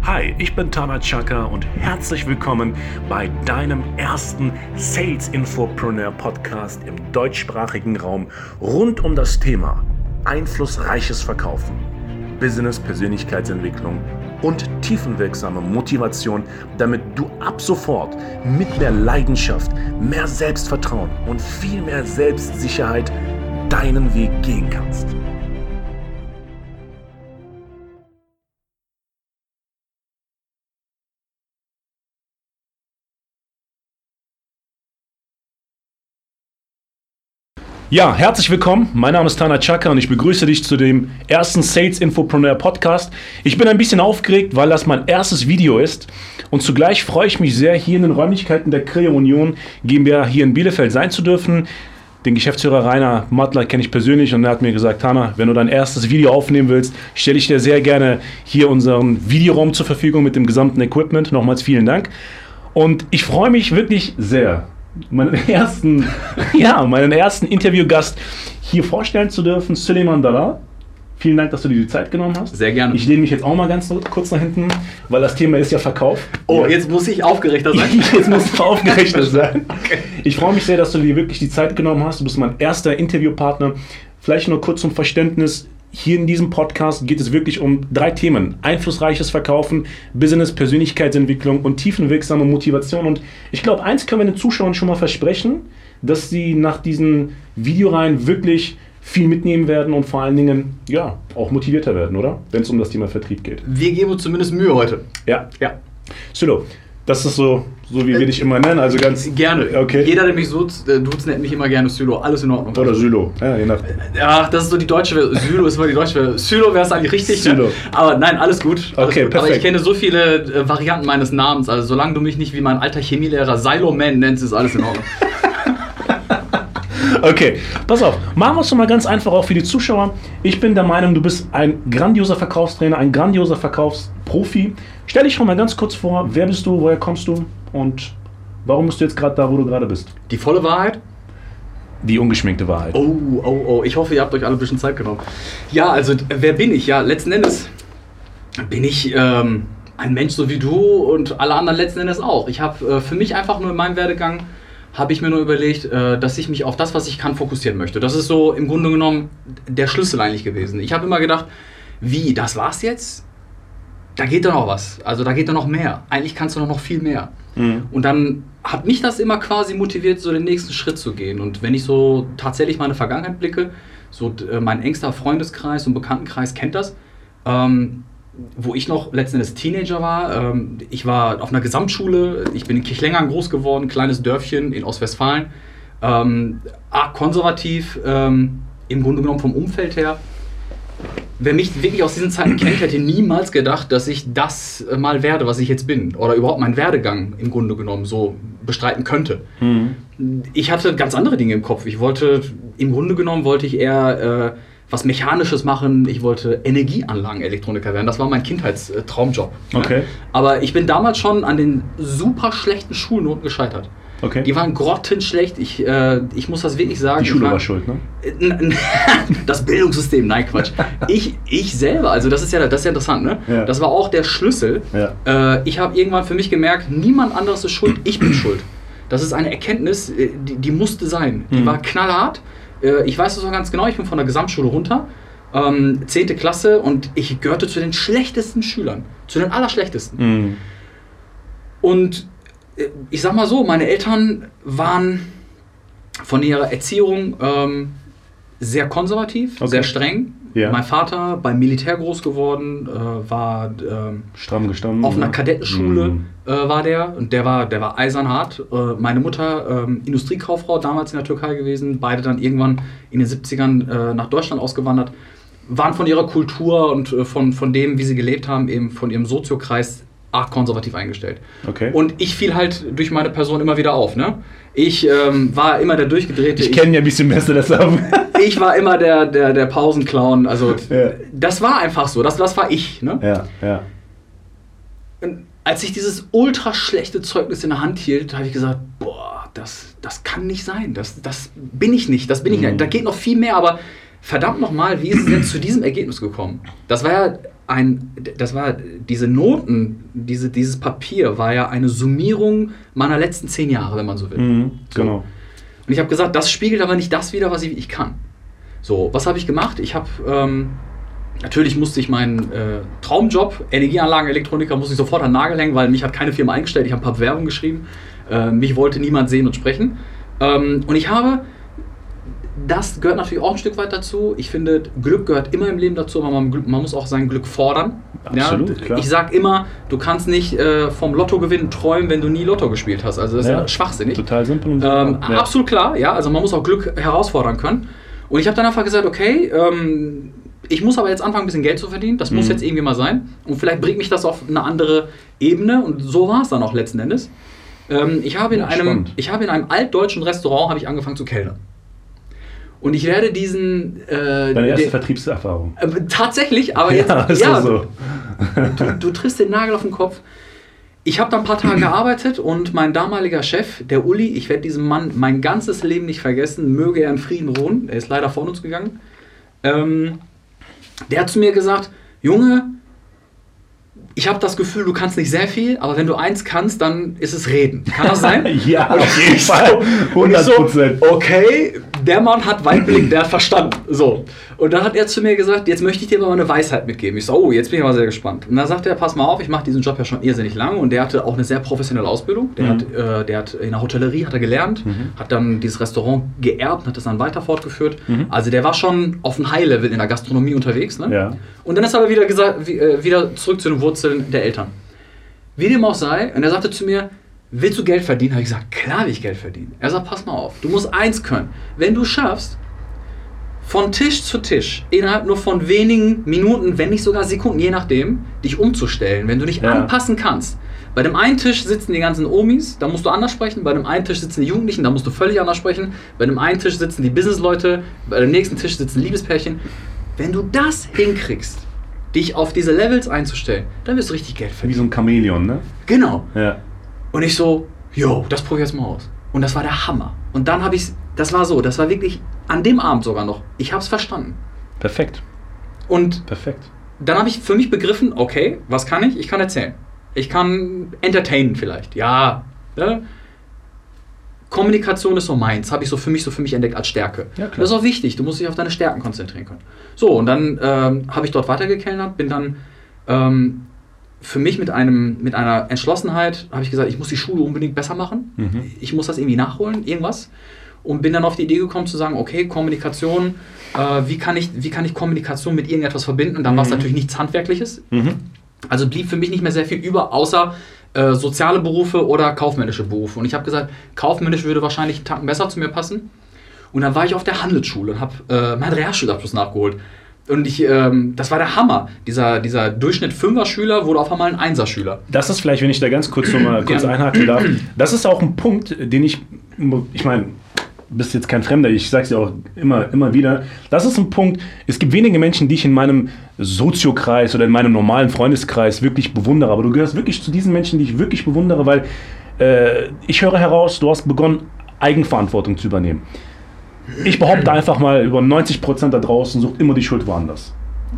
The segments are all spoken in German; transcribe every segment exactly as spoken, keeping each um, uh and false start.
Hi, ich bin Tana Chaka und herzlich willkommen bei deinem ersten Sales Infopreneur Podcast im deutschsprachigen Raum rund um das Thema einflussreiches Verkaufen, Business, Persönlichkeitsentwicklung und tiefenwirksame Motivation, damit du ab sofort mit mehr Leidenschaft, mehr Selbstvertrauen und viel mehr Selbstsicherheit deinen Weg gehen kannst. Ja, herzlich willkommen. Mein Name ist Tana Chaka und ich begrüße dich zu dem ersten Sales Infopreneur Podcast. Ich bin ein bisschen aufgeregt, weil das mein erstes Video ist und zugleich freue ich mich sehr, hier in den Räumlichkeiten der Krea Union GmbH hier in Bielefeld sein zu dürfen. Den Geschäftsführer Rainer Mattler kenne ich persönlich und er hat mir gesagt, Tana, wenn du dein erstes Video aufnehmen willst, stelle ich dir sehr gerne hier unseren Videoraum zur Verfügung mit dem gesamten Equipment. Nochmals vielen Dank. Und ich freue mich wirklich sehr, meinen ersten, ja, meinen ersten Interviewgast hier vorstellen zu dürfen, Süleyman Dalal. Vielen Dank, dass du dir die Zeit genommen hast. Sehr gerne. Ich lehne mich jetzt auch mal ganz kurz nach hinten, weil das Thema ist ja Verkauf. Oh, ja. Jetzt muss ich aufgeregter sein. Jetzt musst du aufgeregter sein. Okay. Ich freue mich sehr, dass du dir wirklich die Zeit genommen hast. Du bist mein erster Interviewpartner. Vielleicht nur kurz zum Verständnis. Hier in diesem Podcast geht es wirklich um drei Themen. Einflussreiches Verkaufen, Business, Persönlichkeitsentwicklung und tiefenwirksame Motivation. Und ich glaube, eins können wir den Zuschauern schon mal versprechen, dass sie nach diesen Videoreihen wirklich viel mitnehmen werden und vor allen Dingen ja, auch motivierter werden, oder? Wenn es um das Thema Vertrieb geht. Wir geben uns zumindest Mühe heute. Ja. Ja. Sülo, das ist so, so wie wir äh, dich immer nennen, also ganz... Gerne. Okay. Jeder, der mich so duzt, nennt mich immer gerne Sylo. Alles in Ordnung. Oder Sylo. Ja, je nach... Ja, das ist so die deutsche Version. Sylo ist mal die deutsche Version. Sylo wäre es eigentlich richtig. Sylo. Ne? Aber nein, alles gut. Alles okay, gut. perfekt. Aber ich kenne so viele äh, Varianten meines Namens. Also solange du mich nicht wie mein alter Chemielehrer Siloman nennst, ist alles in Ordnung. Okay, pass auf, machen wir es doch mal ganz einfach auch für die Zuschauer. Ich bin der Meinung, du bist ein grandioser Verkaufstrainer, ein grandioser Verkaufsprofi. Stell dich schon mal ganz kurz vor, wer bist du, woher kommst du und warum bist du jetzt gerade da, wo du gerade bist? Die volle Wahrheit? Die ungeschminkte Wahrheit. Oh, oh, oh, ich hoffe, ihr habt euch alle ein bisschen Zeit genommen. Ja, also, wer bin ich? Ja, letzten Endes bin ich ähm, ein Mensch so wie du und alle anderen letzten Endes auch. Ich habe äh, für mich einfach nur in meinem Werdegang habe ich mir nur überlegt, äh, dass ich mich auf das, was ich kann, fokussieren möchte. Das ist so im Grunde genommen der Schlüssel eigentlich gewesen. Ich habe immer gedacht, wie, das war's jetzt? Da geht doch noch was. Also da geht doch noch mehr. Eigentlich kannst du noch, noch viel mehr. Mhm. Und dann hat mich das immer quasi motiviert, so den nächsten Schritt zu gehen. Und wenn ich so tatsächlich meine Vergangenheit blicke, so äh, mein engster Freundeskreis und Bekanntenkreis kennt das, ähm, wo ich noch letzten Endes Teenager war. Ähm, ich war auf einer Gesamtschule, ich bin in Kirchlengern groß geworden, kleines Dörfchen in Ostwestfalen. Ähm, arg konservativ, ähm, im Grunde genommen vom Umfeld her. Wer mich wirklich aus diesen Zeiten kennt, hätte niemals gedacht, dass ich das mal werde, was ich jetzt bin. Oder überhaupt meinen Werdegang im Grunde genommen so bestreiten könnte. Mhm. Ich hatte ganz andere Dinge im Kopf. Ich wollte, im Grunde genommen wollte ich eher... Äh, was Mechanisches machen, ich wollte Energieanlagenelektroniker werden. Das war mein Kindheitstraumjob. Okay. Ja. Aber ich bin damals schon an den super schlechten Schulnoten gescheitert. Okay. Die waren grottenschlecht. Ich, äh, ich muss das wirklich sagen. Die Schule war, war schuld, ne? Das Bildungssystem, nein, Quatsch. Ich, ich selber, also das ist ja, das ist ja interessant, ne? Ja. Das war auch der Schlüssel. Ja. Äh, ich habe irgendwann für mich gemerkt, niemand anderes ist schuld, ich bin schuld. Das ist eine Erkenntnis, die, die musste sein. Die mhm. war knallhart. Ich weiß das noch ganz genau, ich bin von der Gesamtschule runter, ähm, zehnte Klasse, und ich gehörte zu den schlechtesten Schülern, zu den allerschlechtesten. Mm. Und ich sag mal so, meine Eltern waren von ihrer Erziehung ähm, sehr konservativ, okay. sehr streng. Ja. Mein Vater beim Militär groß geworden, äh, war ähm, stramm gestanden. Auf einer Kadettenschule mm. äh, war der, und der war, der war eisernhart. Äh, meine Mutter ähm, Industriekauffrau, damals in der Türkei gewesen, beide dann irgendwann in den siebzigern äh, nach Deutschland ausgewandert, waren von ihrer Kultur und äh, von, von dem, wie sie gelebt haben, eben von ihrem Soziokreis arg konservativ eingestellt. Okay. Und ich fiel halt durch meine Person immer wieder auf, ne? Ich ähm, war immer der durchgedrehte... Ich kenne ja ein bisschen besser das auch. Ich war immer der, der, der Pausenclown, also ja. Das war einfach so, das, das war ich, ne? Ja, ja. Und als ich dieses ultra schlechte Zeugnis in der Hand hielt, habe ich gesagt, boah, das, das kann nicht sein, das, das bin ich nicht, das bin ich mhm. nicht. Da geht noch viel mehr, aber verdammt nochmal, wie ist es denn zu diesem Ergebnis gekommen? Das war ja ein, das war, diese Noten, diese, dieses Papier war ja eine Summierung meiner letzten zehn Jahre, wenn man so will. Mhm, so. Genau. Und ich habe gesagt, das spiegelt aber nicht das wider, was ich, ich kann. So, was habe ich gemacht? Ich habe, ähm, natürlich musste ich meinen äh, Traumjob, Energieanlagenelektroniker, musste ich sofort an den Nagel hängen, weil mich hat keine Firma eingestellt, ich habe ein paar Bewerbungen geschrieben, äh, mich wollte niemand sehen und sprechen. Ähm, und ich habe, das gehört natürlich auch ein Stück weit dazu, ich finde, Glück gehört immer im Leben dazu, aber man, man muss auch sein Glück fordern. Absolut, ja, klar. Ich sage immer, du kannst nicht äh, vom Lottogewinn träumen, wenn du nie Lotto gespielt hast, also das ist Ja, ja schwachsinnig. Total simpel und Ähm, ja. Absolut klar, ja, also man muss auch Glück herausfordern können. Und ich habe dann einfach gesagt, okay, ähm, ich muss aber jetzt anfangen, ein bisschen Geld zu verdienen, das muss Mhm. jetzt irgendwie mal sein. Und vielleicht bringt mich das auf eine andere Ebene und so war es dann auch letzten Endes. Ähm, ich habe in Ja, einem, spannend. ich habe in einem altdeutschen Restaurant habe ich angefangen zu kellnern. Und ich werde diesen... Äh, Deine erste den- Vertriebserfahrung. äh, tatsächlich, aber jetzt... Ja, ist ja, doch so. Du, du triffst den Nagel auf den Kopf. Ich habe da ein paar Tage gearbeitet und mein damaliger Chef, der Uli, ich werde diesen Mann mein ganzes Leben nicht vergessen, möge er in Frieden ruhen, er ist leider von uns gegangen, ähm, der hat zu mir gesagt, Junge, ich habe das Gefühl, du kannst nicht sehr viel, aber wenn du eins kannst, dann ist es reden. Kann das sein? Ja, Und auf jeden ich Fall. So, und ich hundert Prozent. So, okay, der Mann hat Weitblick, der hat verstanden. So. Und dann hat er zu mir gesagt, jetzt möchte ich dir mal eine Weisheit mitgeben. Ich so, oh, jetzt bin ich aber sehr gespannt. Und dann sagt er, pass mal auf, ich mache diesen Job ja schon irrsinnig lange und der hatte auch eine sehr professionelle Ausbildung. Der, Mhm. hat, äh, der hat in der Hotellerie hat er gelernt, Mhm. hat dann dieses Restaurant geerbt, hat das dann weiter fortgeführt. Mhm. Also der war schon auf einem High-Level in der Gastronomie unterwegs. Ne? Ja. Und dann ist er aber wieder, gesagt, wie, äh, wieder zurück zu den Wurzeln der Eltern. Wie dem auch sei, und er sagte zu mir, willst du Geld verdienen? Habe ich gesagt, klar will ich Geld verdienen. Er sagt, pass mal auf, du musst eins können. Wenn du schaffst, von Tisch zu Tisch, innerhalb nur von wenigen Minuten, wenn nicht sogar Sekunden, je nachdem, dich umzustellen, wenn du dich Ja. anpassen kannst. Bei dem einen Tisch sitzen die ganzen Omis, da musst du anders sprechen. Bei dem einen Tisch sitzen die Jugendlichen, da musst du völlig anders sprechen. Bei dem einen Tisch sitzen die Businessleute, bei dem nächsten Tisch sitzen Liebespärchen. Wenn du das hinkriegst, dich auf diese Levels einzustellen, dann wirst du richtig Geld Wie verdienen. so ein Chamäleon, ne? Genau. Ja. Und ich so, yo, das probier jetzt mal aus. Und das war der Hammer. Und dann habe ich, das war so, das war wirklich an dem Abend sogar noch. Ich habe es verstanden. Perfekt. Und Perfekt. dann habe ich für mich begriffen, okay, was kann ich? Ich kann erzählen. Ich kann entertainen vielleicht. Ja. Ne? Kommunikation ist so meins, habe ich so für mich so für mich entdeckt als Stärke. Ja, klar. Das ist auch wichtig, du musst dich auf deine Stärken konzentrieren können. So, und dann ähm, habe ich dort weitergekellnert, bin dann ähm, für mich mit, einem, mit einer Entschlossenheit, habe ich gesagt, ich muss die Schule unbedingt besser machen, Mhm. ich muss das irgendwie nachholen, irgendwas. Und bin dann auf die Idee gekommen zu sagen, okay, Kommunikation, äh, wie, kann ich, wie kann ich Kommunikation mit irgendetwas verbinden? Und dann war es Mhm. natürlich nichts Handwerkliches. Mhm. Also blieb für mich nicht mehr sehr viel über, außer äh, soziale Berufe oder kaufmännische Berufe. Und ich habe gesagt, kaufmännisch würde wahrscheinlich einen Tacken besser zu mir passen. Und dann war ich auf der Handelsschule und habe äh, meinen Realschulabschluss nachgeholt. Und ich, ähm, das war der Hammer. Dieser, dieser Durchschnitt Fünfer-Schüler wurde auf einmal ein Einser-Schüler. Das ist vielleicht, wenn ich da ganz kurz noch mal kurz Gerne. einhaken darf, das ist auch ein Punkt, den ich, ich meine, du bist jetzt kein Fremder, ich sage es dir auch immer, immer wieder, das ist ein Punkt, es gibt wenige Menschen, die ich in meinem Soziokreis oder in meinem normalen Freundeskreis wirklich bewundere, aber du gehörst wirklich zu diesen Menschen, die ich wirklich bewundere, weil äh, ich höre heraus, du hast begonnen, Eigenverantwortung zu übernehmen. Ich behaupte einfach mal, über neunzig Prozent da draußen sucht immer die Schuld woanders.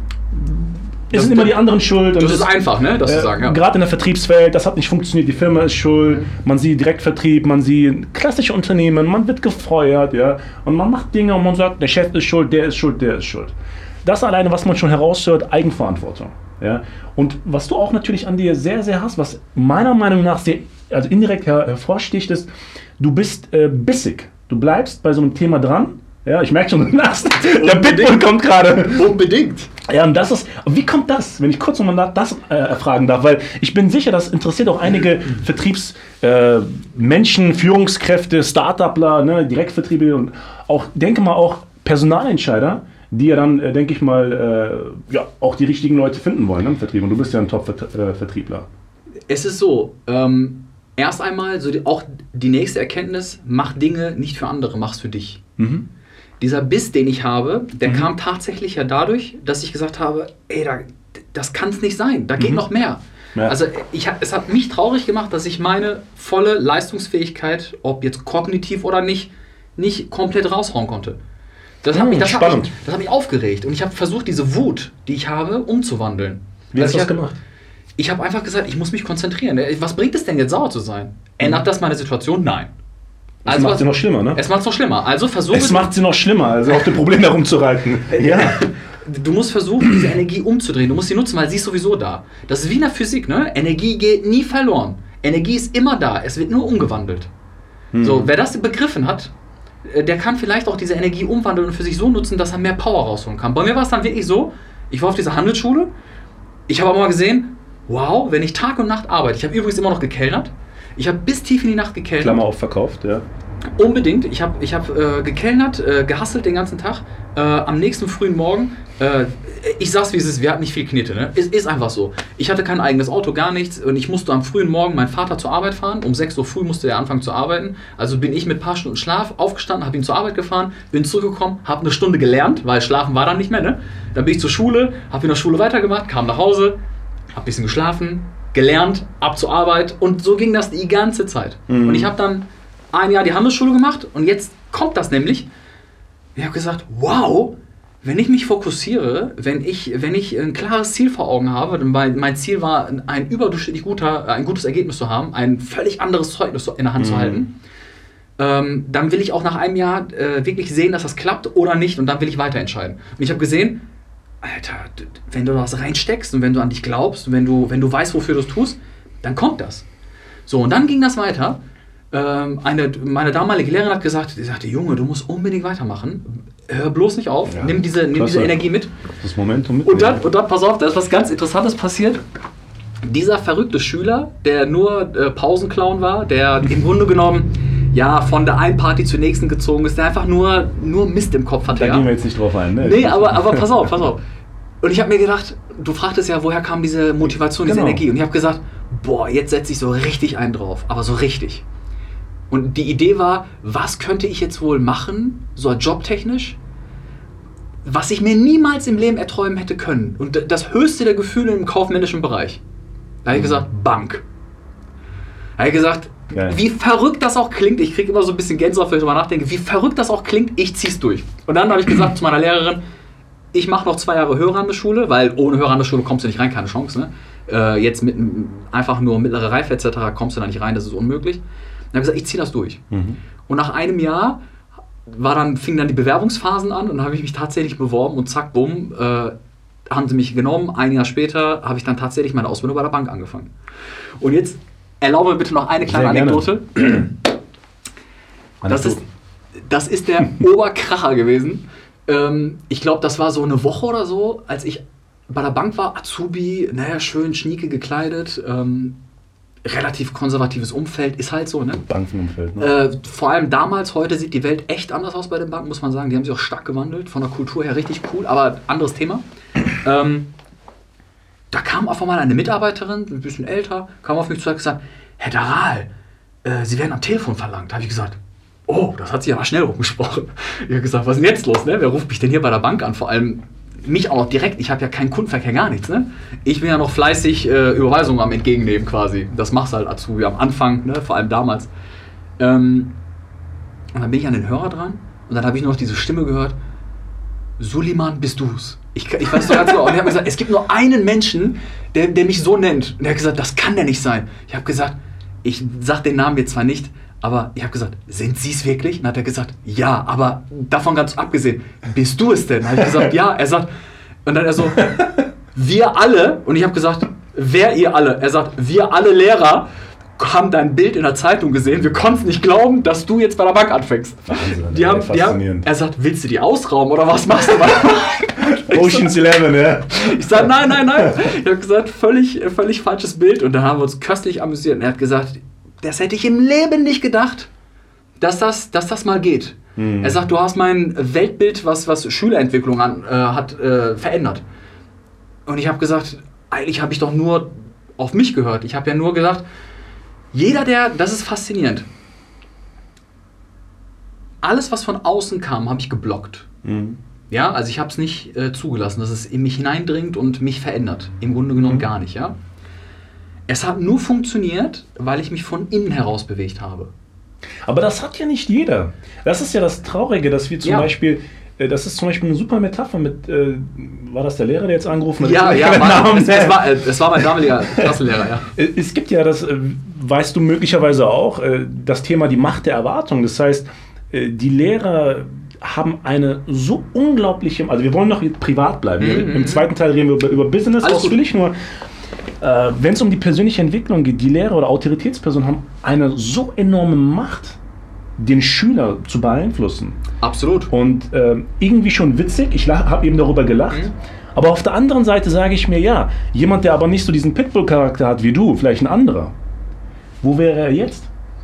Es Das- sind immer die anderen schuld. und Das ist es- einfach, ne, das zu äh, sagen. Ja. Gerade in der Vertriebswelt, das hat nicht funktioniert, die Firma ist schuld, man sieht Direktvertrieb, man sieht klassische Unternehmen, man wird gefeuert, ja, und man macht Dinge und man sagt, der Chef ist schuld, der ist schuld, der ist schuld. Das alleine, was man schon heraushört, Eigenverantwortung. Ja. Und was du auch natürlich an dir sehr, sehr hast, was meiner Meinung nach sehr, also indirekt her, hervorsticht, ist, du bist äh, bissig. Du bleibst bei so einem Thema dran. Ja, ich merke schon, du lachst. Der Pitbull kommt gerade. Unbedingt. Ja, und das ist, wie kommt das, wenn ich kurz nochmal das äh, erfragen darf, weil ich bin sicher, das interessiert auch einige Vertriebsmenschen, äh, Führungskräfte, Start-upler, ne, Direktvertriebe und auch, denke mal, auch Personalentscheider, die ja dann, äh, denke ich mal, äh, ja, auch die richtigen Leute finden wollen ne, im Vertrieb. Und du bist ja ein Top-Vertriebler. Es ist so, ähm, erst einmal, so die, auch die nächste Erkenntnis, mach Dinge nicht für andere, mach's für dich. Mhm. Dieser Biss, den ich habe, der Mhm. kam tatsächlich ja dadurch, dass ich gesagt habe, ey, da, das kann es nicht sein, da geht Mhm. noch mehr. Ja. Also ich, hab- es hat mich traurig gemacht, dass ich meine volle Leistungsfähigkeit, ob jetzt kognitiv oder nicht, nicht komplett raushauen konnte. Das hat, Mhm, mich, das, hat spannend. mich, das hat mich aufgeregt und ich habe versucht, diese Wut, die ich habe, umzuwandeln. Wie hast also du das gemacht? Ich habe einfach gesagt, ich muss mich konzentrieren. Was bringt es denn jetzt, sauer zu sein? Ändert das meine Situation? Nein. Es Also macht sie noch schlimmer, ne? Es macht es noch schlimmer. Also versuche Es macht sie noch schlimmer, also auf dem Problem herumzureiten. Ja. Du musst versuchen, diese Energie umzudrehen. Du musst sie nutzen, weil sie ist sowieso da. Das ist wie in der Physik, ne? Energie geht nie verloren. Energie ist immer da. Es wird nur umgewandelt. Hm. So, wer das begriffen hat, der kann vielleicht auch diese Energie umwandeln und für sich so nutzen, dass er mehr Power rausholen kann. Bei mir war es dann wirklich so, ich war auf dieser Handelsschule, ich habe auch mal gesehen, wow, wenn ich Tag und Nacht arbeite, ich habe übrigens immer noch gekellnert, ich habe bis tief in die Nacht gekellnert. Klammer auf verkauft, ja. Unbedingt. Ich habe ich hab, äh, gekellnert, äh, gehustelt den ganzen Tag. Äh, am nächsten frühen Morgen, äh, ich sag's wie es ist, wir hatten nicht viel Knete. Ne? Es ist einfach so. Ich hatte kein eigenes Auto, gar nichts. Und ich musste am frühen Morgen meinen Vater zur Arbeit fahren. Um sechs Uhr früh musste er anfangen zu arbeiten. Also bin ich mit ein paar Stunden Schlaf aufgestanden, habe ihn zur Arbeit gefahren, bin zurückgekommen, habe eine Stunde gelernt, weil Schlafen war dann nicht mehr. Ne? Dann bin ich zur Schule, habe in der Schule weitergemacht, kam nach Hause, habe ein bisschen geschlafen, gelernt, ab zur Arbeit. Und so ging das die ganze Zeit. Mhm. Und ich habe dann ein Jahr die Handelsschule gemacht und jetzt kommt das nämlich. Ich habe gesagt, wow, wenn ich mich fokussiere, wenn ich, wenn ich ein klares Ziel vor Augen habe, mein, mein Ziel war, ein überdurchschnittlich guter, ein gutes Ergebnis zu haben, ein völlig anderes Zeugnis in der Hand mhm. zu halten, ähm, dann will ich auch nach einem Jahr äh, wirklich sehen, dass das klappt oder nicht und dann will ich weiter entscheiden. Und ich habe gesehen, Alter, wenn du das reinsteckst und wenn du an dich glaubst und wenn du, wenn du weißt, wofür du es tust, dann kommt das. So, und dann ging das weiter. Eine, meine damalige Lehrerin hat gesagt, sie sagte, Junge, du musst unbedingt weitermachen. Hör bloß nicht auf, ja, nimm diese, nimm diese Energie mit. Das Momentum mit. Und dann, und dann, pass auf, da ist was ganz Interessantes passiert. Dieser verrückte Schüler, der nur äh, Pausenclown war, der im Grunde genommen ja von der einen Party zur nächsten gezogen ist, der einfach nur, nur Mist im Kopf hatte. Da ja. gehen wir jetzt nicht drauf ein, ne? Nee, aber, aber pass auf, pass auf. Und ich habe mir gedacht, du fragtest ja, woher kam diese Motivation, diese genau. Energie? Und ich habe gesagt, boah, jetzt setze ich so richtig einen drauf, aber so richtig. Und die Idee war, was könnte ich jetzt wohl machen, so jobtechnisch, was ich mir niemals im Leben erträumen hätte können. Und das höchste der Gefühle im kaufmännischen Bereich. Da habe ich gesagt, Bank. Da habe ich gesagt, geil. Wie verrückt das auch klingt, ich kriege immer so ein bisschen Gänsehaut, wenn ich drüber nachdenke, wie verrückt das auch klingt, ich zieh's durch. Und dann habe ich gesagt zu meiner Lehrerin, ich mache noch zwei Jahre Hörerhandelsschule, weil ohne Hörerhandelsschule kommst du nicht rein, keine Chance. Ne? Äh, jetzt mit einfach nur mittlere Reife et cetera kommst du da nicht rein, das ist unmöglich. Dann habe ich gesagt, ich ziehe das durch. Mhm. Und nach einem Jahr war dann, fingen dann die Bewerbungsphasen an und dann habe ich mich tatsächlich beworben und zack, bumm, äh, haben sie mich genommen. Ein Jahr später habe ich dann tatsächlich meine Ausbildung bei der Bank angefangen. Und jetzt erlaube mir bitte noch eine kleine Anekdote. Das ist, das ist der Oberkracher gewesen. Ähm, ich glaube, das war so eine Woche oder so, als ich bei der Bank war, Azubi, naja, schön schnieke gekleidet, ähm, relativ konservatives Umfeld, ist halt so, ne? Bankenumfeld, ne? Äh, vor allem damals, heute sieht die Welt echt anders aus bei den Banken, muss man sagen. Die haben sich auch stark gewandelt, von der Kultur her richtig cool, aber anderes Thema. Ähm, da kam auf einmal eine Mitarbeiterin, ein bisschen älter, kam auf mich zu und hat gesagt, Herr Daral, äh, Sie werden am Telefon verlangt. Da habe ich gesagt, oh, das hat sich aber schnell rumgesprochen. Ich habe gesagt, was ist denn jetzt los, ne? Wer ruft mich denn hier bei der Bank an? Vor allem mich auch noch direkt, ich habe ja keinen Kundenverkehr, gar nichts, ne? Ich bin ja noch fleißig äh, Überweisungen am Entgegennehmen quasi. Das machst du halt Azubi am Anfang, ne? Vor allem damals. Ähm, und dann bin ich an den Hörer dran und dann habe ich nur noch diese Stimme gehört, Suleiman, bist du's? Ich, ich weiß doch ganz genau. Und ich habe gesagt, es gibt nur einen Menschen, der, der mich so nennt. Und er hat gesagt, das kann der nicht sein. Ich habe gesagt, ich sage den Namen jetzt zwar nicht, aber ich habe gesagt, sind Sie es wirklich? Und dann hat er gesagt, ja, aber davon ganz abgesehen, bist du es denn? Dann habe ich gesagt, ja. Er sagt, und dann er so, wir alle, und ich habe gesagt, wer ihr alle? Er sagt, wir alle Lehrer haben dein Bild in der Zeitung gesehen, wir konnten nicht glauben, dass du jetzt bei der Bank anfängst. Wahnsinn, die haben, die haben, er sagt, willst du die ausrauben oder was machst du bei der Bank? Ocean's Eleven, ja. Ich sage, nein, nein, nein. Ich habe gesagt, völlig, völlig falsches Bild. Und dann haben wir uns köstlich amüsiert. Und er hat gesagt, das hätte ich im Leben nicht gedacht, dass das, dass das mal geht. Mhm. Er sagt, du hast mein Weltbild, was, was Schülerentwicklung an, äh, hat, äh, verändert. Und ich habe gesagt, eigentlich habe ich doch nur auf mich gehört. Ich habe ja nur gesagt, jeder, der, das ist faszinierend. Alles, was von außen kam, habe ich geblockt. Mhm. Ja, also ich habe es nicht äh, zugelassen, dass es in mich hineindringt und mich verändert. Im Grunde genommen mhm. gar nicht, ja. Es hat nur funktioniert, weil ich mich von innen heraus bewegt habe. Aber das hat ja nicht jeder. Das ist ja das Traurige, dass wir zum ja. Beispiel das ist zum Beispiel eine super Metapher mit, äh, war das der Lehrer, der jetzt angerufen hat? Ja, ja, war, es, es, war, es war mein damaliger Klassenlehrer, ja. Es gibt ja, das weißt du möglicherweise auch, das Thema die Macht der Erwartung. Das heißt, die Lehrer haben eine so unglaubliche, also wir wollen noch privat bleiben. Mhm. Im zweiten Teil reden wir über, über Business, Alles ausführlich nur. Äh, wenn es um die persönliche Entwicklung geht, die Lehrer oder Autoritätspersonen haben eine so enorme Macht, den Schüler zu beeinflussen. Absolut. Und äh, irgendwie schon witzig, ich habe eben darüber gelacht, mhm. aber auf der anderen Seite sage ich mir, ja, jemand, der aber nicht so diesen Pitbull-Charakter hat wie du, vielleicht ein anderer, wo wäre er jetzt?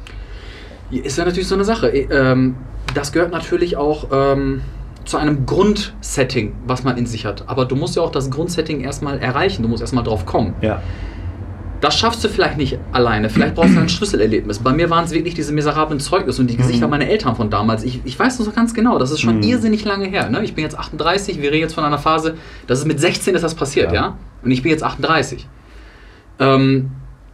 Ist ja natürlich so eine Sache. Ähm, das gehört natürlich auch ähm, zu einem Grundsetting, was man in sich hat. Aber du musst ja auch das Grundsetting erstmal erreichen, du musst erstmal drauf kommen. Ja. Das schaffst du vielleicht nicht alleine, vielleicht brauchst du ein Schlüsselerlebnis. Bei mir waren es wirklich diese miserablen Zeugnisse und die Gesichter mhm. meiner Eltern von damals. Ich, ich weiß das noch ganz genau, das ist schon mhm. irrsinnig lange her. Ne? Ich bin jetzt achtunddreißig, wir reden jetzt von einer Phase, das ist mit sechzehn ist das passiert, ja. ja? Und ich bin jetzt achtunddreißig. Ähm,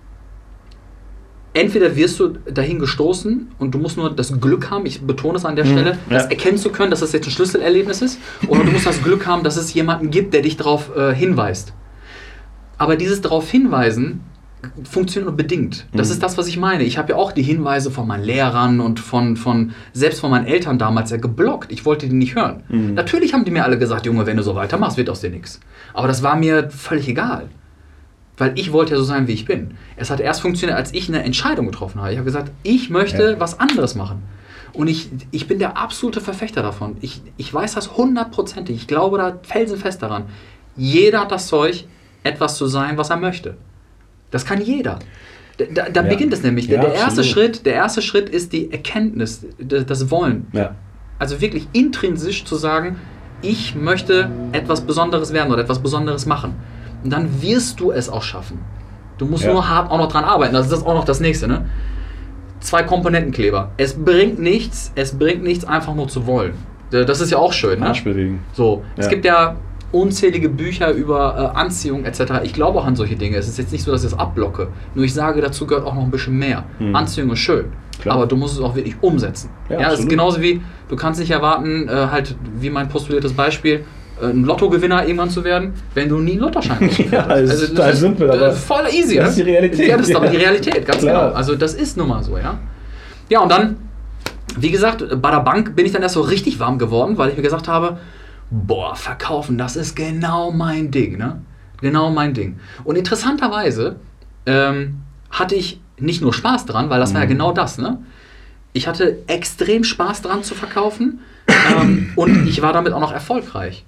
Entweder wirst du dahin gestoßen und du musst nur das Glück haben, ich betone es an der Stelle, mhm, ja. das erkennen zu können, dass das jetzt ein Schlüsselerlebnis ist, oder du musst das Glück haben, dass es jemanden gibt, der dich darauf äh, hinweist. Aber dieses darauf hinweisen funktioniert nur bedingt. Das mhm. ist das, was ich meine. Ich habe ja auch die Hinweise von meinen Lehrern und von, von selbst von meinen Eltern damals ja geblockt. Ich wollte die nicht hören. Mhm. Natürlich haben die mir alle gesagt, Junge, wenn du so weitermachst, wird aus dir nichts. Aber das war mir völlig egal. Weil ich wollte ja so sein, wie ich bin. Es hat erst funktioniert, als ich eine Entscheidung getroffen habe. Ich habe gesagt, ich möchte ja. was anderes machen. Und ich, ich bin der absolute Verfechter davon. Ich, ich weiß das hundertprozentig. Ich glaube da felsenfest daran. Jeder hat das Zeug, etwas zu sein, was er möchte. Das kann jeder. Da, da ja. beginnt es nämlich. Ja, der, erste Schritt, der erste Schritt ist die Erkenntnis, das Wollen. Ja. Also wirklich intrinsisch zu sagen, ich möchte etwas Besonderes werden oder etwas Besonderes machen. Und dann wirst du es auch schaffen. Du musst ja. nur hart auch noch dran arbeiten. Das ist auch noch das Nächste. Ne? Zwei Komponentenkleber. Es bringt nichts, es bringt nichts, einfach nur zu wollen. Das ist ja auch schön. Ne? So, ja. Es gibt ja unzählige Bücher über äh, Anziehung et cetera. Ich glaube auch an solche Dinge. Es ist jetzt nicht so, dass ich es abblocke. Nur ich sage, dazu gehört auch noch ein bisschen mehr. Hm. Anziehung ist schön. Klar. Aber du musst es auch wirklich umsetzen. Ja, ja, es ist genauso wie, du kannst nicht erwarten, äh, halt wie mein postuliertes Beispiel, ein Lottogewinner irgendwann zu werden, wenn du nie einen Lottoschein hast. Ja, also das ist simpel, aber voll easy. Das ist die Realität. Ja, das ist aber die Realität, ganz Klar. genau. Also das ist nun mal so, ja. Ja, und dann, wie gesagt, bei der Bank bin ich dann erst so richtig warm geworden, weil ich mir gesagt habe, boah, verkaufen, das ist genau mein Ding, ne? Genau mein Ding. Und interessanterweise ähm, hatte ich nicht nur Spaß dran, weil das mhm. war ja genau das, ne? Ich hatte extrem Spaß dran zu verkaufen ähm, und ich war damit auch noch erfolgreich.